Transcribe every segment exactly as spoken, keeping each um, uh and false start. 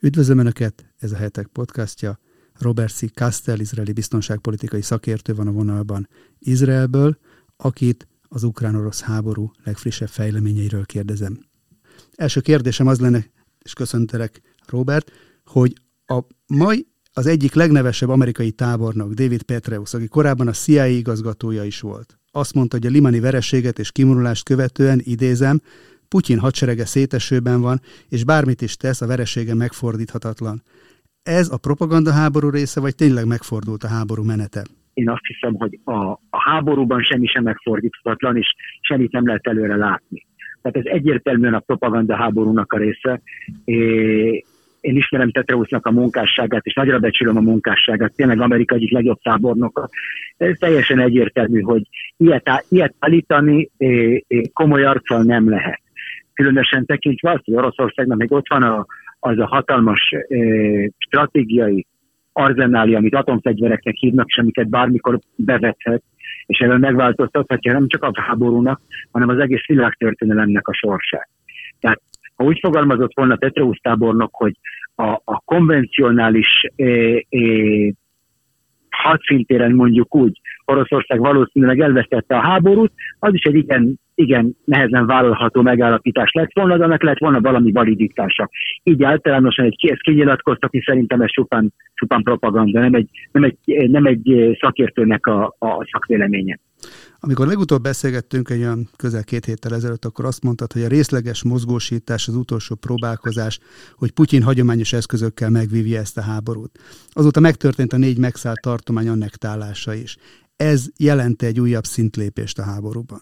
Üdvözlöm Önöket, ez a Hetek podcastja. Robert C. Castel, izraeli biztonságpolitikai szakértő van a vonalban Izraelből, akit az ukrán-orosz háború legfrissebb fejleményeiről kérdezem. Első kérdésem az lenne, és köszöntelek Robert, hogy a mai az egyik legnevesebb amerikai tábornok, David Petraeus, aki korábban a C I A igazgatója is volt, azt mondta, hogy a limani vereséget és kivonulást követően, idézem, Putyin hadserege szétesőben van, és bármit is tesz, a veresége megfordíthatatlan. Ez a propagandaháború része, vagy tényleg megfordult a háború menete? Én azt hiszem, hogy a, a háborúban semmi sem megfordíthatatlan, és semmit nem lehet előre látni. Tehát ez egyértelműen a propagandaháborúnak a része. É, én ismerem Petraeusnak a munkásságát, és nagyra becsülöm a munkásságát, tényleg Amerika egyik legjobb tábornoka. Ez teljesen egyértelmű, hogy ilyet, ilyet állítani é, é, komoly arccal nem lehet. Különösen tekintve azt, hogy Oroszországnak még ott van a, az a hatalmas eh, stratégiai arzenália, amit atomfegyvereknek hívnak, és amiket bármikor bevethet, és ezzel megváltoztathatja nem csak a háborúnak, hanem az egész világtörténelemnek a sorsát. Tehát ha úgy fogalmazott volna Petraeus tábornok, hogy a, a konvencionális eh, eh, hadszintéren mondjuk úgy, Oroszország valószínűleg elvesztette a háborút, az is egy igen, igen nehezen vállalható megállapítás lett volna, de annak lett volna valami validitása. Így általánosan egy, ezt kinyilatkoztatni szerintem ez csupán, csupán propaganda, nem egy, nem, egy, nem egy szakértőnek a, a szakvéleménye. Amikor legutóbb beszélgettünk egy olyan közel két héttel ezelőtt, akkor azt mondtad, hogy a részleges mozgósítás az utolsó próbálkozás, hogy Putyin hagyományos eszközökkel megvívja ezt a háborút. Azóta megtörtént a négy megszállt tartomány annektálása is. Ez jelent egy újabb szintlépést a háborúban?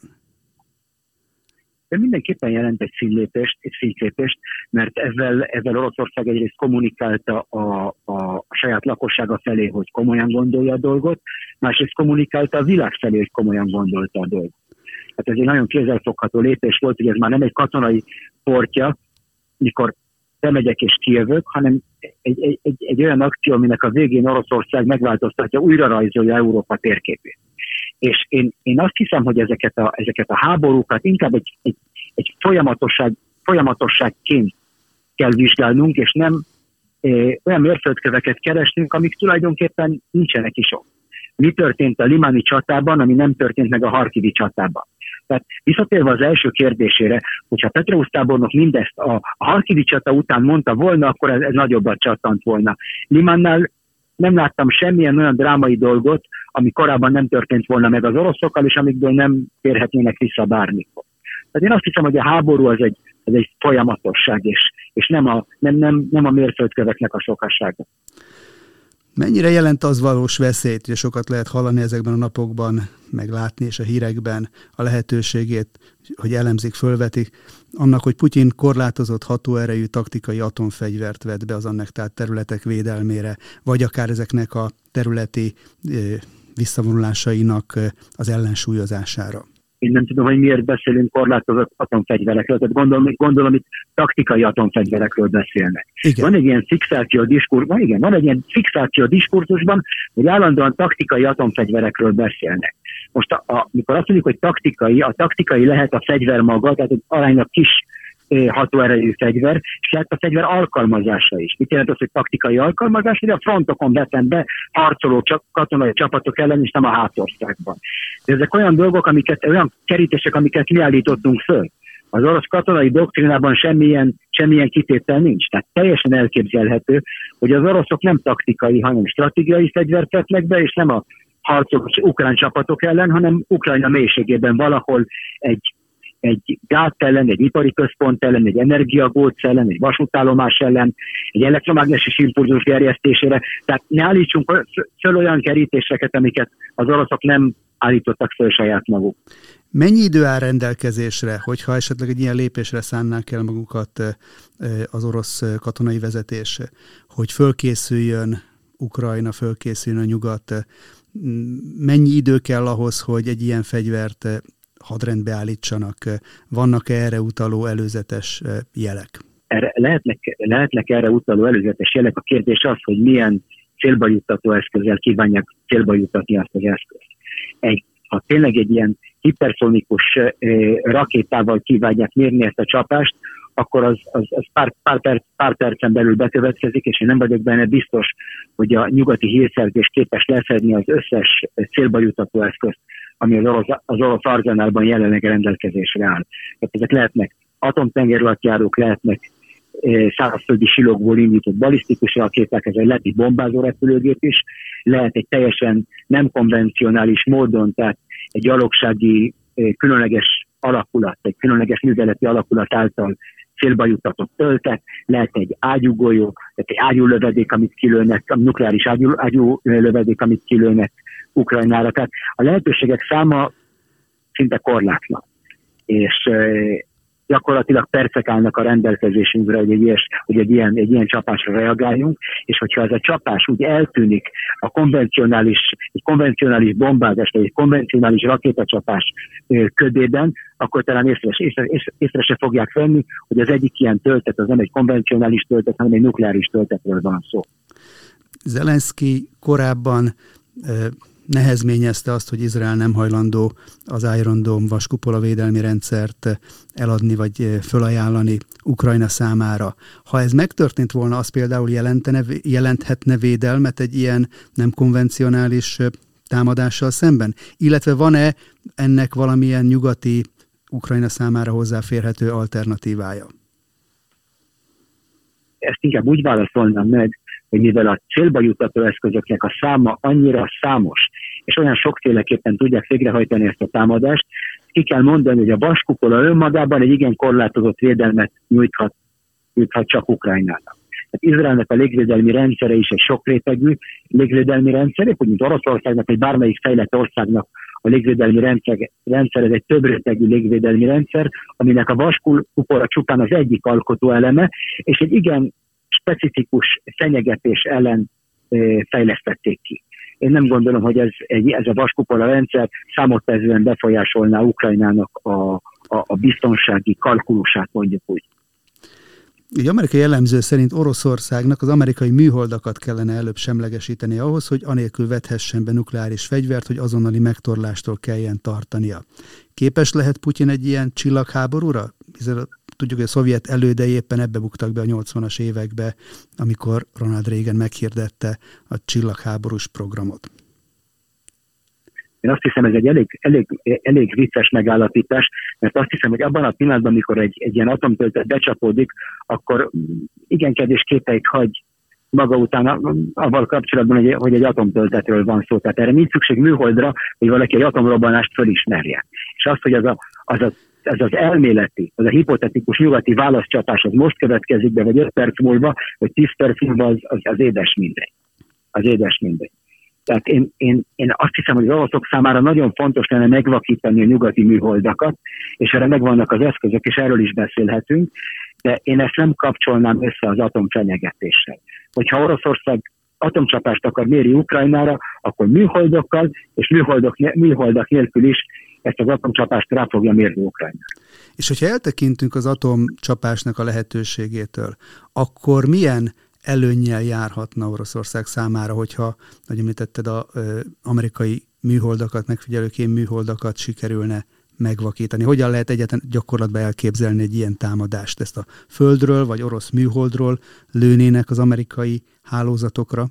De mindenképpen jelent egy szintlépést, egy szintlépést, mert ezzel, ezzel Oroszország egyrészt kommunikálta a, a saját lakossága felé, hogy komolyan gondolja a dolgot, másrészt kommunikálta a világ felé, hogy komolyan gondolta a dolgot. Hát ez egy nagyon kézzelfogható lépés volt, hogy ez már nem egy katonai portja, mikor bemegyek és kijövök, hanem egy, egy, egy, egy olyan akció, aminek a végén Oroszország megváltoztatja, újra rajzolja Európa térképét. És én, én azt hiszem, hogy ezeket a, ezeket a háborúkat inkább egy, egy, egy folyamatosság, folyamatosságként kell vizsgálnunk, és nem e, olyan mérföldköveket keresnünk, amik tulajdonképpen nincsenek is ott. Mi történt a limani csatában, ami nem történt meg a harkivi csatában? Tehát visszatérve az első kérdésére, hogyha Petraeus tábornok mindezt a, a harkivi csata után mondta volna, akkor ez, ez nagyobbat csattant volna. Limannál nem láttam semmilyen olyan drámai dolgot, ami korábban nem történt volna meg az oroszokkal, és amikből nem térhetnének vissza bármikor. Tehát én azt hiszem, hogy a háború az egy, az egy folyamatosság, és, és nem, a, nem, nem, nem a mérföldköveknek a sokasága. Mennyire jelent az valós veszélyt, hogy sokat lehet hallani ezekben a napokban, meg látni, és a hírekben a lehetőségét, hogy elemzik, fölvetik, annak, hogy Putyin korlátozott hatóerejű taktikai atomfegyvert vett be az annektált területek védelmére, vagy akár ezeknek a területi visszavonulásainak az ellensúlyozására? Én nem tudom, hogy miért beszélünk korlátozott atomfegyverekről, tehát gondolom, gondolom itt taktikai atomfegyverekről beszélnek. Igen. Van egy ilyen fixáció diskurzusban, igen, van egy ilyen fixáció diskurzusban, hogy állandóan taktikai atomfegyverekről beszélnek. Most a, a, mikor azt mondjuk, hogy taktikai, a taktikai lehet a fegyver maga, tehát egy aránylag kis eh, hatóerejű fegyver, és lehet a fegyver alkalmazása is. Mit jelent az, hogy taktikai alkalmazás, hogy a frontokon vetem be harcoló csak katonai csapatok ellen, és nem a hátországban. De ezek olyan dolgok, amiket, olyan kerítések, amiket mi állítottunk föl. Az orosz katonai doktrínában semmilyen, semmilyen kitétel nincs. Tehát teljesen elképzelhető, hogy az oroszok nem taktikai, hanem stratégiai fegyvert vetnek be, és nem a harcoló ukrán csapatok ellen, hanem Ukrajna mélységében valahol egy, egy gát ellen, egy ipari központ ellen, egy energiagóc ellen, egy vasútállomás ellen, egy elektromágneses impulzus gerjesztésére. Tehát ne állítsunk föl olyan kerítéseket, amiket az oroszok nem állítottak föl saját maguk. Mennyi idő áll rendelkezésre, hogyha esetleg egy ilyen lépésre szánnák el magukat az orosz katonai vezetés, hogy fölkészüljön Ukrajna, fölkészüljön a nyugat? Mennyi idő kell ahhoz, hogy egy ilyen fegyvert hadrendbe állítsanak? Vannak-e erre utaló előzetes jelek? Erre, lehetnek, lehetnek erre utaló előzetes jelek. A kérdés az, hogy milyen célba juttató eszközzel kívánják célba juttatni azt az eszközt. Egy, ha tényleg egy ilyen hiperszonikus eh, rakétával kívánják mérni ezt a csapást, akkor az, az, az pár, pár, perc, pár percen belül bekövetkezik, és én nem vagyok benne biztos, hogy a nyugati hírszerzés képes leszedni az összes célba jutató eszközt, ami az orosz, az orosz arzenálban jelenleg rendelkezésre áll. Tehát ezek lehetnek atomtengeralattjárók, lehetnek szárazföldi silókból indított balisztikus rakéták, ez egy lehet egy bombázó repülőgép is, lehet egy teljesen nem konvencionális módon, tehát egy gyalogsági különleges alakulat, egy különleges műveleti alakulat által célba juttatott töltet, lehet egy ágyúgolyó, tehát egy ágyúlövedék, amit kilőnek, a nukleáris ágyú, ágyúlövedék, amit kilőnek Ukrajnára. Tehát a lehetőségek száma szinte korlátlan. És gyakorlatilag percek állnak a rendelkezésünkre, hogy egy, ilyes, hogy egy, ilyen, egy ilyen csapásra reagáljunk, és hogyha ez a csapás úgy eltűnik a konvencionális, egy konvencionális bombázás, vagy egy konvencionális rakétacsapás ködében, akkor talán észre, észre, észre, észre se fogják venni, hogy az egyik ilyen töltet az nem egy konvencionális töltet, hanem egy nukleáris töltetről van szó. Zelenszky korábban nehezményezte azt, hogy Izrael nem hajlandó az Iron Dome vaskupola védelmi rendszert eladni vagy fölajánlani Ukrajna számára. Ha ez megtörtént volna, az például jelentene, jelenthetne védelmet egy ilyen nem konvencionális támadással szemben? Illetve van-e ennek valamilyen nyugati Ukrajna számára hozzáférhető alternatívája? Ezt inkább úgy válaszolnám meg, hogy mivel a célba juttató eszközöknek a száma annyira számos, és olyan sokféleképpen tudják végrehajtani ezt a támadást, ki kell mondani, hogy a vaskupola önmagában egy igen korlátozott védelmet nyújthat, nyújthat csak Ukrajnának. Tehát Izraelnek a légvédelmi rendszere is egy sokrétegű légvédelmi rendszer, épp úgy, mint Oroszországnak, vagy bármelyik fejlett országnak a légvédelmi rendszer, rendszer ez egy több rétegű légvédelmi rendszer, aminek a vaskupola csupán az egyik alkotó eleme, és egy igen specifikus fenyegetés ellen e, fejlesztették ki. Én nem gondolom, hogy ez, ez a vaskupola rendszer számottevően befolyásolná Ukrajnának a, a, a biztonsági kalkulusát, mondjuk úgy. Egy amerikai jellemző szerint Oroszországnak az amerikai műholdakat kellene előbb semlegesíteni ahhoz, hogy anélkül vethessen be nukleáris fegyvert, hogy azonnali megtorlástól kelljen tartania. Képes lehet Putyin egy ilyen csillagháborúra? Hiszen tudjuk, hogy a szovjet elődei éppen ebbe buktak be a nyolcvanas évekbe, amikor Ronald Reagan meghirdette a csillagháborús programot. Én azt hiszem, ez egy elég, elég, elég vicces megállapítás, mert azt hiszem, hogy abban a pillanatban, amikor egy, egy ilyen atomtöltet becsapódik, akkor igen kevés képeit hagy maga után avval kapcsolatban, hogy, hogy egy atomtöltetről van szó. Tehát erre nincs szükség műholdra, hogy valaki egy atomrobbanást fölismerje. És azt, hogy az a, az a ez az elméleti, az a hipotetikus nyugati válaszcsapás, az most következik be, vagy öt perc múlva, vagy tíz perc múlva, az, az, az édes mindegy. Az édes mindegy. Tehát én, én, én azt hiszem, hogy az oroszok számára nagyon fontos lenne megvakítani a nyugati műholdakat, és erre megvannak az eszközök, és erről is beszélhetünk, de én ezt nem kapcsolnám össze az atomfenyegetéssel. Hogyha Oroszország atomcsapást akar mérni Ukrajnára, akkor műholdokkal, és műholdok, műholdak nélkül is ezt az atomcsapást rá fogja mérni Ukrajnára. És hogyha eltekintünk az atomcsapásnak a lehetőségétől, akkor milyen előnnyel járhatna Oroszország számára, hogyha, ahogy említetted, az amerikai műholdakat, megfigyelőkém műholdakat sikerülne megvakítani? Hogyan lehet egyáltalán gyakorlatban elképzelni egy ilyen támadást? Ezt a földről vagy orosz műholdról lőnének az amerikai hálózatokra?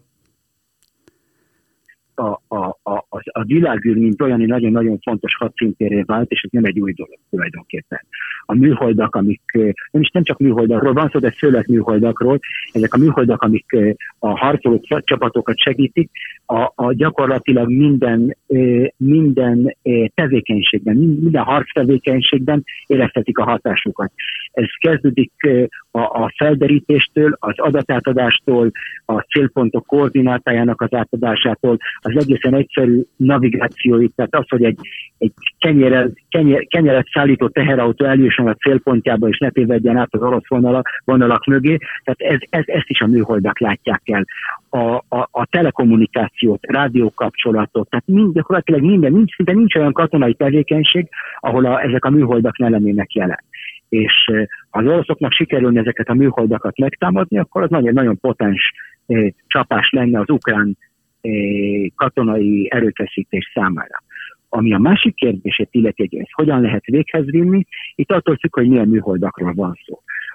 A, a, a, a világűr, mint olyan, nagyon-nagyon fontos hadszíntérré vált, és ez nem egy új dolog tulajdonképpen. A műholdak, amik, nem is nem csak műholdakról van szó, de főleg műholdakról, ezek a műholdak, amik a harcoló csapatokat segítik, a, a gyakorlatilag minden, minden tevékenységben, minden harctevékenységben éreztetik a hatásukat. Ez kezdődik a, a felderítéstől, az adatátadástól, a célpontok koordinátájának az átadásától, az egészen egyszerű navigációit, tehát az, hogy egy, egy kenyeret, kenyer, kenyeret szállító teherautó eljusson a célpontjába, és ne tévedjen át az orosz vonalak, vonalak mögé, tehát ez, ez, ezt is a műholdak látják el. A, a, a telekommunikációt, rádiókapcsolatot, tehát mind, gyakorlatilag minden, nincs, szinte nincs olyan katonai tevékenység, ahol a, ezek a műholdak ne lennének jelen. És ha az oroszoknak sikerülne ezeket a műholdakat megtámadni, akkor az nagyon, nagyon potens eh, csapás lenne az ukrán eh, katonai erőfeszítés számára. Ami a másik kérdését illeti, hogy ezt hogyan lehet véghez vinni, itt attól függ, hogy milyen műholdakról van szó.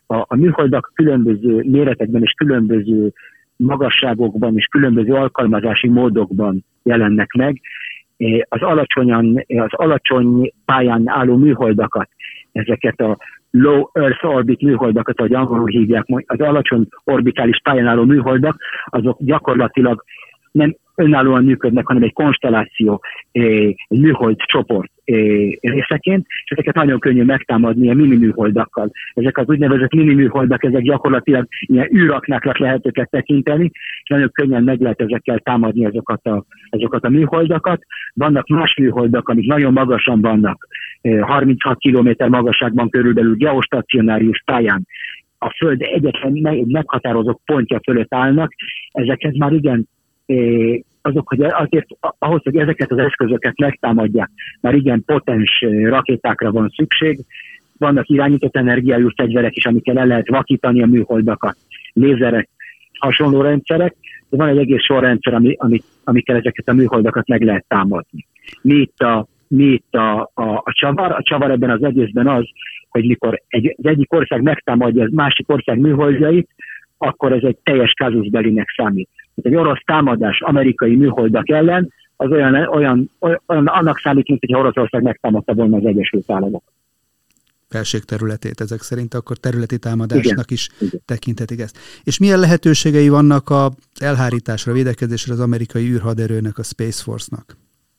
A, a műholdak különböző méretekben és különböző magasságokban és különböző alkalmazási módokban jelennek meg. Az, alacsonyan, az alacsony pályán álló műholdakat, ezeket a low Earth orbit műholdakat, ahogy angolul hívják, az alacsony orbitális pályán álló műholdak, azok gyakorlatilag nem önállóan működnek, hanem egy konstelláció, egy műhold csoport részeként, és ezeket nagyon könnyű megtámadni a mini műholdakkal. Ezek az úgynevezett mini műholdak, ezek gyakorlatilag ilyen űraknáknak lehet őket tekinteni, és nagyon könnyen meg lehet ezekkel támadni azokat a, azokat a műholdakat. Vannak más műholdak, amik nagyon magasan vannak, harminchat kilométer magasságban körülbelül geostacionárius pályán, a Föld egyetlen egy meghatározott pontja fölött állnak, ezeket már igen azok, hogy azért ahhoz, hogy ezeket az eszközöket megtámadják, már igen potens rakétákra van szükség. Vannak irányított energiájú fegyverek is, amikkel el lehet vakítani a műholdakat, lézerek, hasonló rendszerek, de van egy egész sor rendszer, ami, amit, amikkel ezeket a műholdakat meg lehet támadni. Mi itt a, mi itt a, a, a csavar? A csavar ebben az egészben az, hogy mikor egy, az egyik ország megtámadja az másik ország műholdjait, akkor ez egy teljes casus bellinek számít. Egy orosz támadás amerikai műholdak ellen, az olyan, olyan, olyan annak számít, mint hogy Oroszország megtámadta volna az Egyesült Államok. Felségterületét ezek szerint, akkor területi támadásnak igen, is igen. tekinthetik ezt. És milyen lehetőségei vannak az elhárításra, védekezésre az amerikai űrhaderőnek, a Space Force-nak?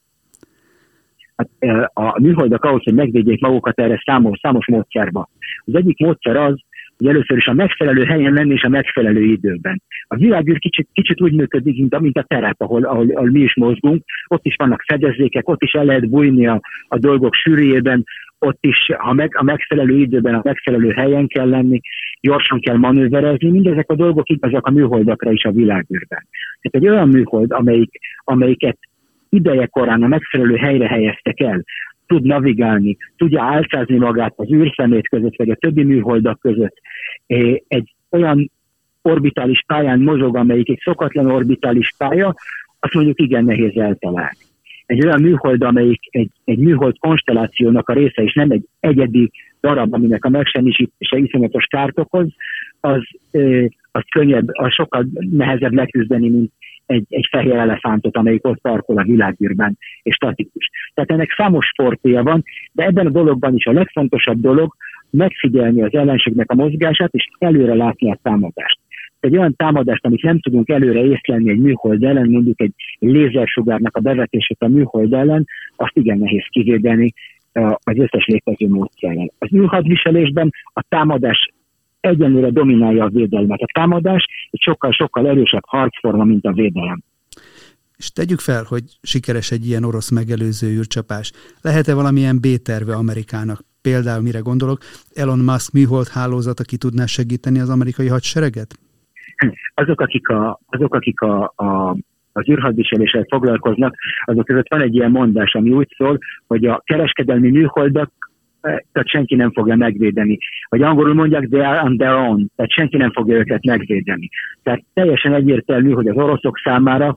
Hát a műholdak ahhoz, hogy megvédjék magukat, erre számos, számos módszer van. Az egyik módszer az, hogy először is a megfelelő helyen lenni és a megfelelő időben. A világűr kicsit, kicsit úgy működik, mint a, mint a terep, ahol, ahol, ahol mi is mozgunk. Ott is vannak fedezékek, ott is el lehet bújni a, a dolgok sűrűjében, ott is ha meg, a megfelelő időben, a megfelelő helyen kell lenni, gyorsan kell manőverezni. Mindezek a dolgok igazak a műholdakra is a világűrben. Tehát egy olyan műhold, amelyik, amelyiket ideje korán a megfelelő helyre helyeztek el, tud navigálni, tudja álcázni magát az űrszemét között, vagy a többi műholdak között. Egy olyan orbitális pályán mozog, amelyik egy szokatlan orbitális pálya, azt mondjuk igen nehéz eltalálni. Egy olyan műhold, amelyik egy, egy műhold konstellációnak a része, és nem egy egyedi darab, aminek a megsemmisítése iszonyatos kárt okoz, az, az könnyebb, az sokkal nehezebb leküzdeni, mint egy, egy fehér elefántot, amelyik ott parkol a világűrben, és statikus. Tehát ennek számos fortéja van, de ebben a dologban is a legfontosabb dolog megfigyelni az ellenségnek a mozgását, és előre látni a támadást. Egy olyan támadást, amit nem tudunk előre észlelni egy műhold ellen, mondjuk egy lézersugárnak a bevetését a műhold ellen, azt igen nehéz kivédeni az összes létező módszerrel. Az űrhadviselésben a támadás egyenlőre dominálja a védelmet. A támadás egy sokkal-sokkal erősebb harcforma, mint a védelem. És tegyük fel, hogy sikeres egy ilyen orosz megelőző űrcsapás. Lehet-e valamilyen B-terve Amerikának? Például mire gondolok? Elon Musk műhold hálózata ki tudná segíteni az amerikai hadsereget? Azok, akik, a, azok, akik a, a, az űrhadviseléssel foglalkoznak, azok között van egy ilyen mondás, ami úgy szól, hogy a kereskedelmi műholdak tehát senki nem fogja megvédeni. Vagy angolul mondják, they are on their own, tehát senki nem fogja őket megvédeni. Tehát teljesen egyértelmű, hogy az oroszok számára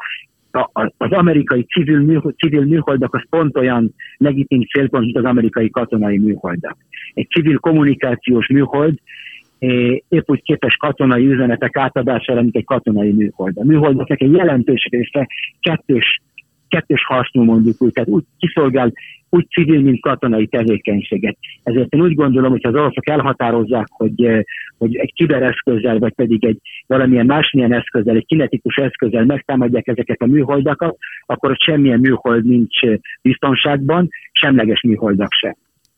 az amerikai civil, műhold, civil műholdak az pont olyan legitim célpont, mint az amerikai katonai műholdak. Egy civil kommunikációs műhold épp úgy képes katonai üzenetek átadására, mint egy katonai műhold. A műholdaknak egy jelentős része kettős, kettős hasznú, mondjuk úgy, tehát úgy kiszolgál úgy civil, mint katonai tevékenységet. Ezért én úgy gondolom, hogy az oroszok elhatározzák, hogy, hogy egy kibereszközzel, vagy pedig egy valamilyen másmilyen eszközzel, egy kinetikus eszközzel megtámadják ezeket a műholdakat, akkor ott semmilyen műhold nincs biztonságban, semleges műholdak se.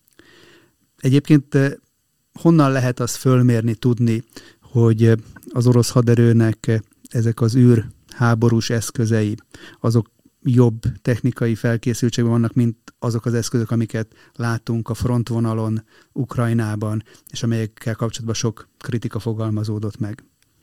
Egyébként honnan lehet azt fölmérni, tudni, hogy az orosz haderőnek ezek az űrháborús eszközei, azok jobb technikai felkészültségben vannak, mint azok az eszközök, amiket látunk a frontvonalon, Ukrajnában, és amelyekkel kapcsolatban sok kritika fogalmazódott meg?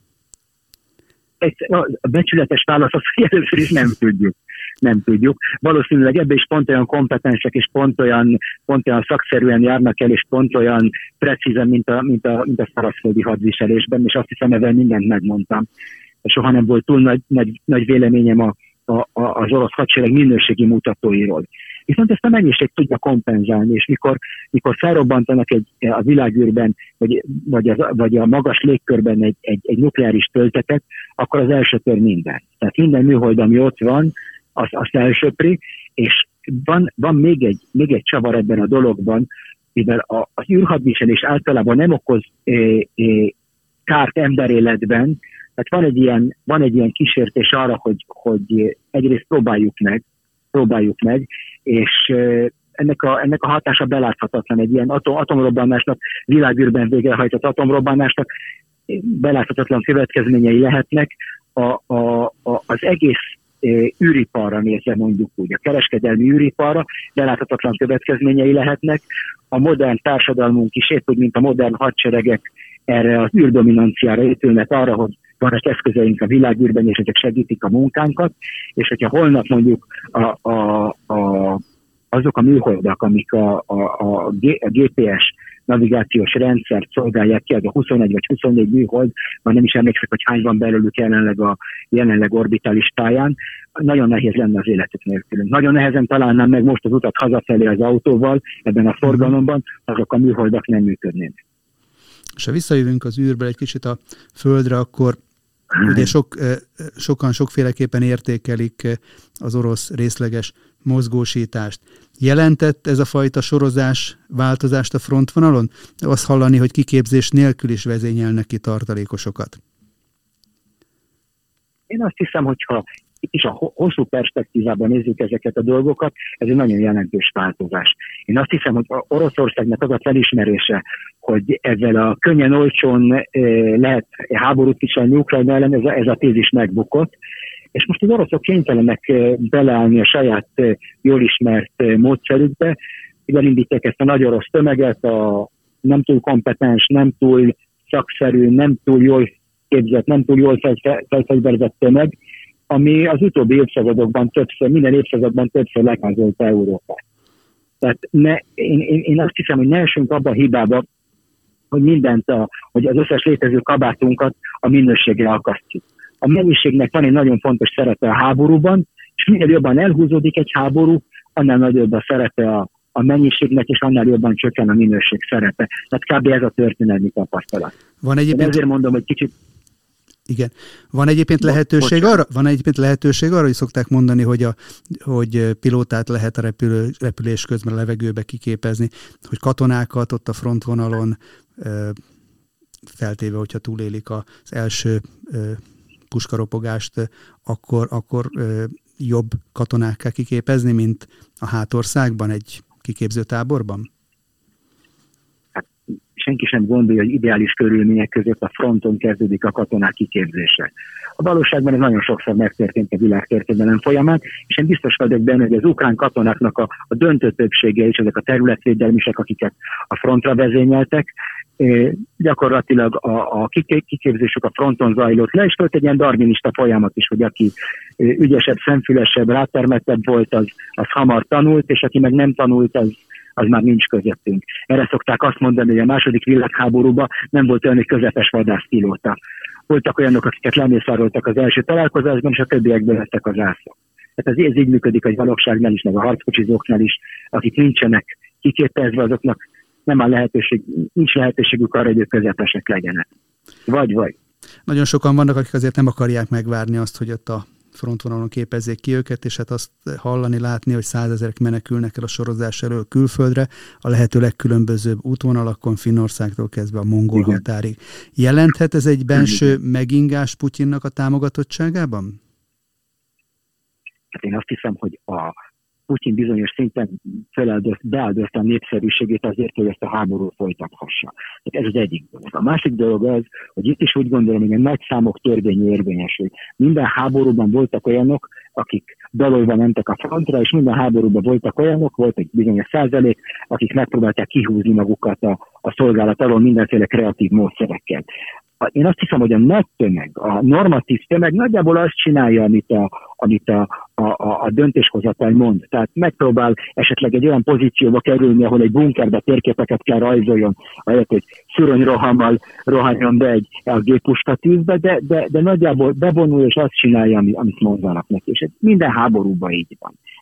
A becsületes válasz az, hogy először is nem tudjuk. Nem tudjuk. Valószínűleg ebbe is pont olyan kompetensek, és pont olyan, pont olyan szakszerűen járnak el, és pont olyan precízen, mint a, mint a, mint a szárazföldi hadviselésben, és azt hiszem, ebben mindent megmondtam. Soha nem volt túl nagy, nagy, nagy véleményem a A, a, az orosz hadsereg minőségi mutatóiról. Viszont ezt a mennyiség tudja kompenzálni, és mikor, mikor felrobbantanak egy, a világűrben, vagy, vagy, az, vagy a magas légkörben egy, egy, egy nukleáris töltetet, akkor az elsöpör minden. Tehát minden műhold, ami ott van, az, az elsöpri, és van, van még, egy, még egy csavar ebben a dologban, mivel a, az űrhadviselés általában nem okoz é, é, kárt emberéletben, tehát van egy ilyen, van egy ilyen kísértés arra, hogy, hogy egyrészt próbáljuk meg, próbáljuk meg, és ennek a, ennek a hatása beláthatatlan, egy ilyen atom, atomrobbanásnak, világűrben végrehajtott atomrobbanásnak beláthatatlan következményei lehetnek. A, a, a, az egész űriparra nézve, mondjuk úgy, a kereskedelmi űriparra beláthatatlan következményei lehetnek. A modern társadalmunk is, épp úgy, mint a modern hadseregek erre az űrdominanciára épülnek, arra, hogy vannak eszközeink a világűrben, és ezek segítik a munkánkat, és hogyha holnap mondjuk a, a, a, azok a műholdak, amik a, a, a gé pé es navigációs rendszert szolgálják ki, az a huszonegy vagy huszonnégy műhold, már nem is emlékszek, hogy hány van belőlük jelenleg a jelenleg orbitális pályán, nagyon nehéz lenne az életük nélkülünk. Nagyon nehezen találnám meg most az utat hazafelé az autóval, ebben a forgalomban, azok a műholdak nem működnének. És ha visszajövünk az űrből egy kicsit a Földre, akkor ugye sok, sokan sokféleképpen értékelik az orosz részleges mozgósítást. Jelentett ez a fajta sorozás változást a frontvonalon? Azt hallani, hogy kiképzés nélkül is vezényelnek ki tartalékosokat. Én azt hiszem, hogyha itt is a hosszú perspektívában nézzük ezeket a dolgokat, ez egy nagyon jelentős változás. Én azt hiszem, hogy Oroszországnak az a felismerése, hogy ezzel a könnyen, olcsón lehet háborút viselni Ukrajna ellen, ez a, ez a tézis megbukott, és most az oroszok kénytelenek beleállni a saját jól ismert módszerükbe, hogy elindítják ezt a nagy orosz tömeget, a nem túl kompetens, nem túl szakszerű, nem túl jól képzett, nem túl jól felfegyverzett tömeg, ami az utóbbi évszázadokban többször, minden évszázadban többször lekázolta Európát. Tehát ne, én, én, én azt hiszem, hogy ne esünk abba a hibába, hogy mindent, a, hogy az összes létező kabátunkat a minőségre akasztjuk. A mennyiségnek van egy nagyon fontos szerepe a háborúban, és minél jobban elhúzódik egy háború, annál nagyobb a szerepe a, a mennyiségnek, és annál jobban csökken a minőség szerepe. Tehát kb. Ez a történelmi tapasztalat. Van egyébként... ezért mondom, hogy kicsit... Igen. Van egyébként lehetőség arra, van egyébként lehetőség arra, hogy szokták mondani, hogy, a, hogy pilótát lehet a repülő, repülés közben a levegőbe kiképezni, hogy katonákat ott a frontvonalon, feltéve, hogyha túlélik az első puskaropogást, akkor, akkor jobb katonákká kiképezni, mint a hátországban egy kiképző táborban? Senki sem gondolja, hogy ideális körülmények között a fronton kezdődik a katonák kiképzése. A valóságban ez nagyon sokszor megtörtént a világtörténelem folyamán, és én biztos vagyok benne, hogy az ukrán katonáknak a, a döntő többsége is, ezek a területvédelmisek, akiket a frontra vezényeltek, eh, gyakorlatilag a, a kiképzésük a fronton zajlott le, és volt egy ilyen darwinista folyamat is, hogy aki eh, ügyesebb, szemfülesebb, rátermettebb volt, az, az hamar tanult, és aki meg nem tanult, az az már nincs közöttünk. Erre szokták azt mondani, hogy a második világháborúban nem volt olyan, hogy közepes vadászpilóta. Voltak olyanok, akiket lemészároltak az első találkozásban, és a többiekből lettek az ászlók. Tehát ez így működik a gyalogságnál is, meg a harckocsizóknál is, akik nincsenek kiképezve, azoknak nem áll lehetőség, nincs lehetőségük arra, hogy ők közepesek legyenek. Vagy, vagy. Nagyon sokan vannak, akik azért nem akarják megvárni azt, hogy ott a frontvonalon képezzék ki őket, és hát azt hallani, látni, hogy százezerek menekülnek el a sorozás elől külföldre, a lehető legkülönbözőbb útvonalakon, Finnországtól kezdve a mongol Igen. határig. Jelenthet ez egy belső Igen. megingás Putyinnak a támogatottságában? Hát én azt hiszem, hogy a Putyin bizonyos szinten beáldozta a népszerűségét azért, hogy ezt a háborút folytathassa. Tehát ez az egyik dolog. A másik dolog az, hogy itt is úgy gondolom, hogy a nagy számok törvényű érvényesül. Minden háborúban voltak olyanok, akik dalolva mentek a frontra, és minden háborúban voltak olyanok, volt egy bizonyos százalék, akik megpróbálták kihúzni magukat a, a szolgálat alól mindenféle kreatív módszerekkel. Én azt hiszem, hogy a nagy tömeg, a normatív tömeg nagyjából azt csinálja, amit a, amit a, a, a döntéshozatal mond. Tehát megpróbál esetleg egy olyan pozícióba kerülni, ahol egy bunkerbe térképeket kell rajzoljon, ahelyett, hogy szuronyrohammal rohanjon be egy a géppuska tűzbe, de, de, de nagyjából bevonul és azt csinálja, amit mondanak neki. És ez minden háborúban így van.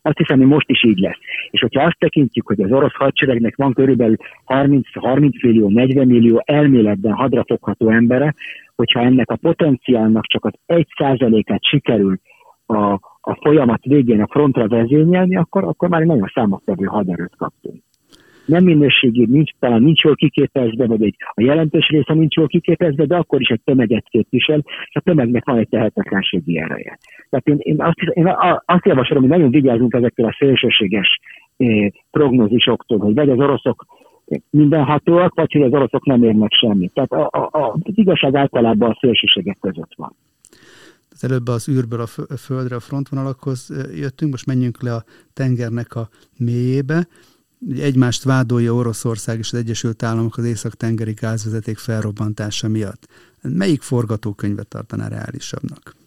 Azt hiszem, hogy most is így lesz. És hogyha azt tekintjük, hogy az orosz hadseregnek van körülbelül harminc millió, negyven millió elméletben hadrafogható embere, hogyha ennek a potenciálnak csak az egy százalékát sikerül a, a folyamat végén a frontra vezényelni, akkor, akkor már egy nagyon számottevő haderőt kaptunk. Nem minőségi, nincs, talán nincs jól kiképezve, vagy egy, a jelentős része nincs jól kiképezve, de akkor is egy tömeget képvisel, és a tömegnek van egy tehetetlenségi ereje. Tehát én, én, azt, én azt javaslom, hogy nagyon vigyázzunk ezekkel a szélsőséges eh, prognózisoktól, hogy vagy az oroszok mindenhatóak, vagy hogy az oroszok nem érnek semmit. Tehát a, a, a, az igazság általában a szélsőségek között van. Az előbb az űrből a földre, a frontvonalakhoz jöttünk, most menjünk le a tengernek a mélyébe. Egymást vádolja Oroszország és az Egyesült Államok az észak-tengeri gázvezeték felrobbantása miatt. Melyik forgatókönyvet tartaná reálisabbnak?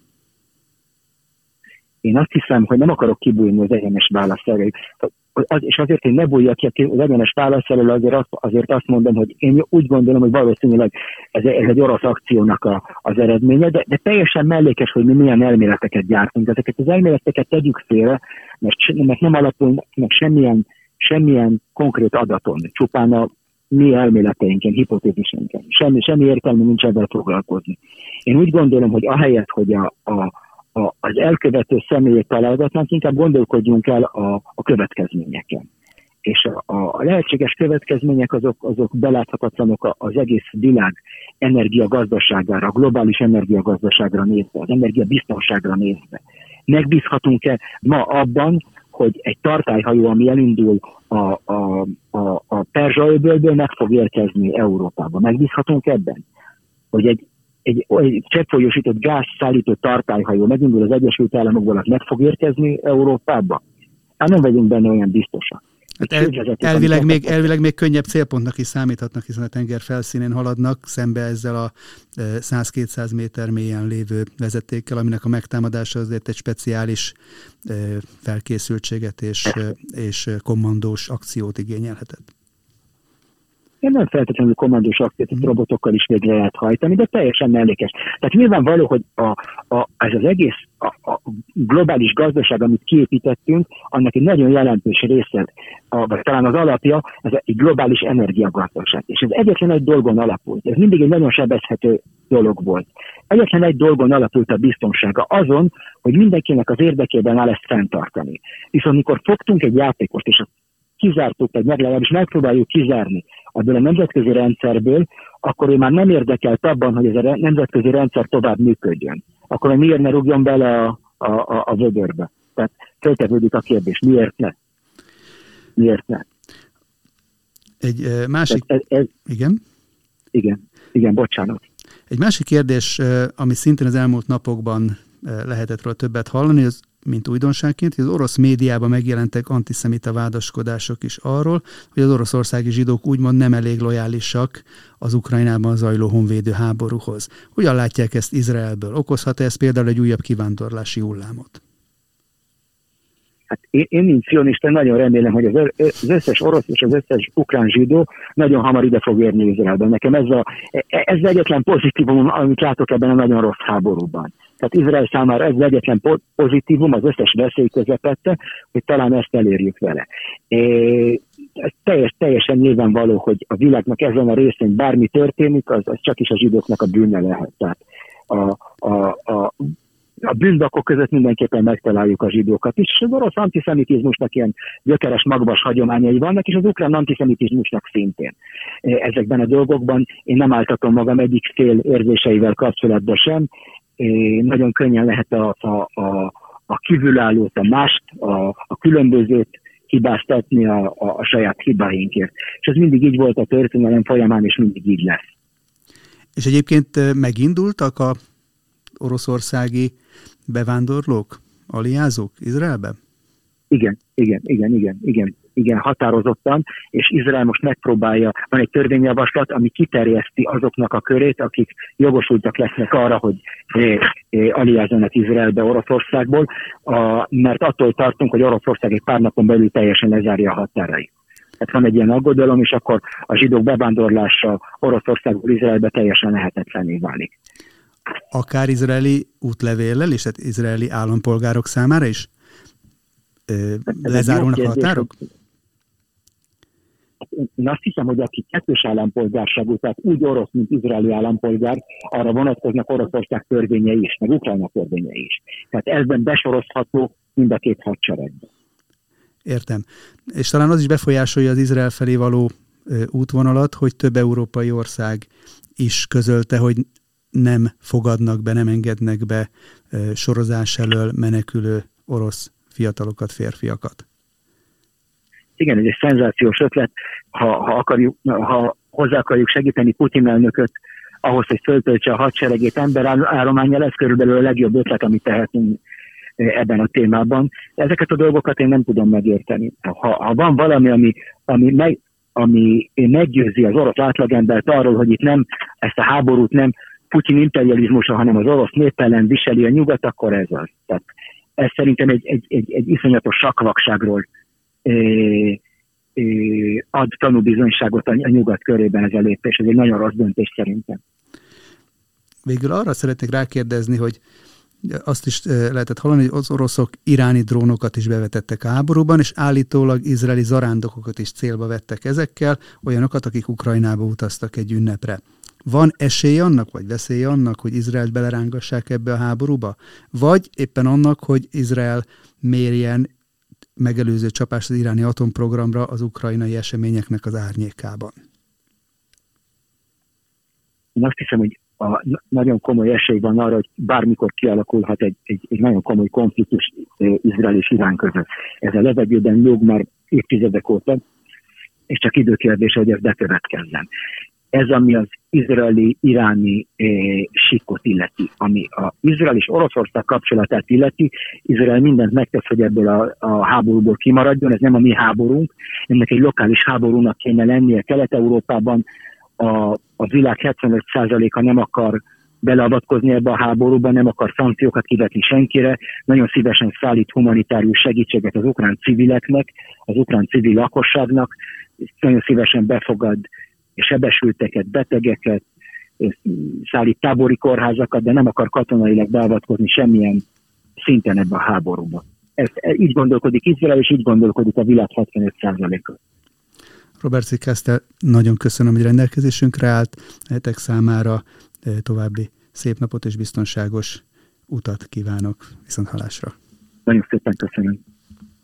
Én azt hiszem, hogy nem akarok kibújni az egyenes válasz elől. Az, és azért, hogy ne bújjak ki az egyenes válasz elől, azért azt, azért azt mondom, hogy én úgy gondolom, hogy valószínűleg ez, ez egy orosz akciónak a, az eredménye, de, de teljesen mellékes, hogy mi milyen elméleteket gyártunk. Ezeket az elméleteket tegyük félre, mert, mert nem alapulnak semmilyen semmilyen konkrét adaton, csupán a mi elméleteinken, hipotéziseinken. Semmi, semmi értelme nincs ebben foglalkozni. Én úgy gondolom, hogy ahelyett, hogy a, a, a, az elkövető személyét találgatnánk, inkább gondolkodjunk el a, a következményeken. És a, a lehetséges következmények azok, azok beláthatatlanok az egész világ energiagazdaságára, a globális energiagazdaságra nézve, az energiabiztonságra nézve. Megbízhatunk-e ma abban, hogy egy tartályhajó, ami elindul a, a, a, a Perzsa-öbölből, meg fog érkezni Európába. Megbízhatunk ebben? Hogy egy, egy, egy cseppfolyósított gáz szállító tartályhajó megindul az Egyesült Államokból, az meg fog érkezni Európába? Hát nem vagyunk benne olyan biztosak. Hát el, elvileg, még, elvileg még könnyebb célpontnak is számíthatnak, hiszen a tenger felszínén haladnak szembe ezzel a száz-kétszáz méter mélyen lévő vezetékkel, aminek a megtámadása azért egy speciális felkészültséget és, és kommandós akciót igényelhetett. Én nem feltétlenül kommandós akciót robotokkal is végre lehet hajtani, de teljesen mellékes. Tehát nyilvánvaló, hogy a, a, ez az egész a, a globális gazdaság, amit kiépítettünk, annak egy nagyon jelentős része, a, vagy talán az alapja, ez egy globális energiagazdaság. És ez egyetlen egy dolgon alapult. Ez mindig egy nagyon sebezhető dolog volt. Egyetlen egy dolgon alapult a biztonsága, azon, hogy mindenkinek az érdekében áll ezt fenntartani. Viszont mikor fogtunk egy játékost, és kizártuk, vagy meg legalábbis megpróbáljuk kizárni ebből a nemzetközi rendszerből, akkor ő már nem érdekelt abban, hogy ez a nemzetközi rendszer tovább működjön. Akkor miért ne rúgjon bele a, a, a, a vödörbe? Tehát feltevődik a kérdés, miért ne? Miért ne? Egy uh, másik... Ez, ez, igen? Igen, igen, bocsánat. Egy másik kérdés, ami szintén az elmúlt napokban lehetett róla többet hallani, az mint újdonságként, hogy az orosz médiában megjelentek antiszemita vádaskodások is arról, hogy az oroszországi zsidók úgymond nem elég lojálisak az Ukrajnában zajló honvédő háborúhoz. Hogyan látják ezt Izraelből? Okozhat-e ez például egy újabb kivándorlási hullámot? Hát én, én mint cionista nagyon remélem, hogy az, az összes orosz és az összes ukrán zsidó nagyon hamar ide fog érni Izraelben. Nekem ez, a, ez egyetlen pozitívum, amit látok ebben a nagyon rossz háborúban. Tehát Izrael számára ez egyetlen pozitívum, az összes veszély közepette, hogy talán ezt elérjük vele. É, ez teljes, teljesen nyilvánvaló, hogy a világnak ezen a részén bármi történik, az, az csak is a zsidóknak a bűne lehet. Tehát a, a, a, a bűnbakok között mindenképpen megtaláljuk a zsidókat is, és az orosz antiszemitizmusnak ilyen gyökeres magvas hagyományai vannak, és az ukrán antiszemitizmusnak szintén. Ezekben a dolgokban én nem álltatom magam egyik fél érzéseivel kapcsolatban sem. É, nagyon könnyen lehet a, a, a, a kívülállót, a mást, a, a különbözőt hibáztatni a, a, a saját hibáinkért. És ez mindig így volt a történelem folyamán, és mindig így lesz. És egyébként megindultak a oroszországi bevándorlók, aliázók Izraelbe? Igen, igen, igen, igen, igen. Igen, határozottan, és Izrael most megpróbálja, van egy törvényjavaslat, ami kiterjeszti azoknak a körét, akik jogosultak lesznek arra, hogy aliázzanak Izraelbe Oroszországból, a, mert attól tartunk, hogy Oroszország egy pár napon belül teljesen lezárja a határait. Tehát van egy ilyen aggodalom, és akkor a zsidók bevándorlása Oroszországból Izraelbe teljesen lehetetlenné válik. Akár izraeli útlevéllel, és hát izraeli állampolgárok számára is? lezárulnak a határok? Én azt hiszem, hogy aki kettős állampolgárságú, tehát úgy orosz, mint izraeli állampolgár, arra vonatkoznak Oroszország törvényei is, meg Ukrajna törvényei is. Tehát ezben besorozható mind a két hadseregben. Értem. És talán az is befolyásolja az Izrael felé való útvonalat, hogy több európai ország is közölte, hogy nem fogadnak be, nem engednek be sorozás elől menekülő orosz fiatalokat, férfiakat. Igen, ez egy szenzációs ötlet. Ha, ha, akarjuk, ha hozzá akarjuk segíteni Putyin elnököt ahhoz, hogy föltöltse a hadseregét emberállománnyal, ez körülbelül a legjobb ötlet, amit tehetünk ebben a témában. Ezeket a dolgokat én nem tudom megérteni. Ha, ha van valami, ami, ami, meg, ami meggyőzi az orosz átlagembert arról, hogy itt nem ezt a háborút nem Putyin imperializmusa, hanem az orosz nép ellen viseli a nyugat, akkor ez az. Tehát ez szerintem egy, egy, egy, egy iszonyatos sakvakságról é, é, ad tanúbizonyságot a, a nyugat körében ez a lépés. Ez egy nagyon rossz döntés szerintem. Végül arra szeretnék rákérdezni, hogy azt is lehetett hallani, hogy az oroszok iráni drónokat is bevetettek a háborúban, és állítólag izraeli zarándokokat is célba vettek ezekkel, olyanokat, akik Ukrajnába utaztak egy ünnepre. Van esély annak, vagy veszély annak, hogy Izraelt belerángassák ebbe a háborúba? Vagy éppen annak, hogy Izrael mérjen megelőző csapást az iráni atomprogramra az ukrajnai eseményeknek az árnyékában? Én azt hiszem, hogy a nagyon komoly esély van arra, hogy bármikor kialakulhat egy, egy, egy nagyon komoly konfliktus Izrael és Irán között. Ez a levegőben nyug már évtizedek óta, és csak időkérdése, hogy ez bekövetkezzen. Ez, ami az izraeli-iráni eh, sikkot illeti, ami az Izrael és Oroszország kapcsolatát illeti, Izrael mindent megtesz, hogy ebből a, a háborúból kimaradjon, ez nem a mi háborúnk, ennek egy lokális háborúnak kéne lennie Kelet-Európában, a, a világ hetvenöt százaléka nem akar beleavatkozni ebbe a háborúba, nem akar szankciókat kivetni senkire, nagyon szívesen szállít humanitárius segítséget az ukrán civileknek, az ukrán civil lakosságnak, nagyon szívesen befogad sebesülteket, betegeket, szállít tábori kórházakat, de nem akar katonailag beavatkozni semmilyen szinten ebbe a háborúba. Ezt, így gondolkodik Izrael, és így gondolkodik a világ hetvenöt százaléka. Robert C. Kastel, nagyon köszönöm, hogy rendelkezésünkre állt. Hetek számára további szép napot és biztonságos utat kívánok. Viszonthallásra. Nagyon szépen köszönöm.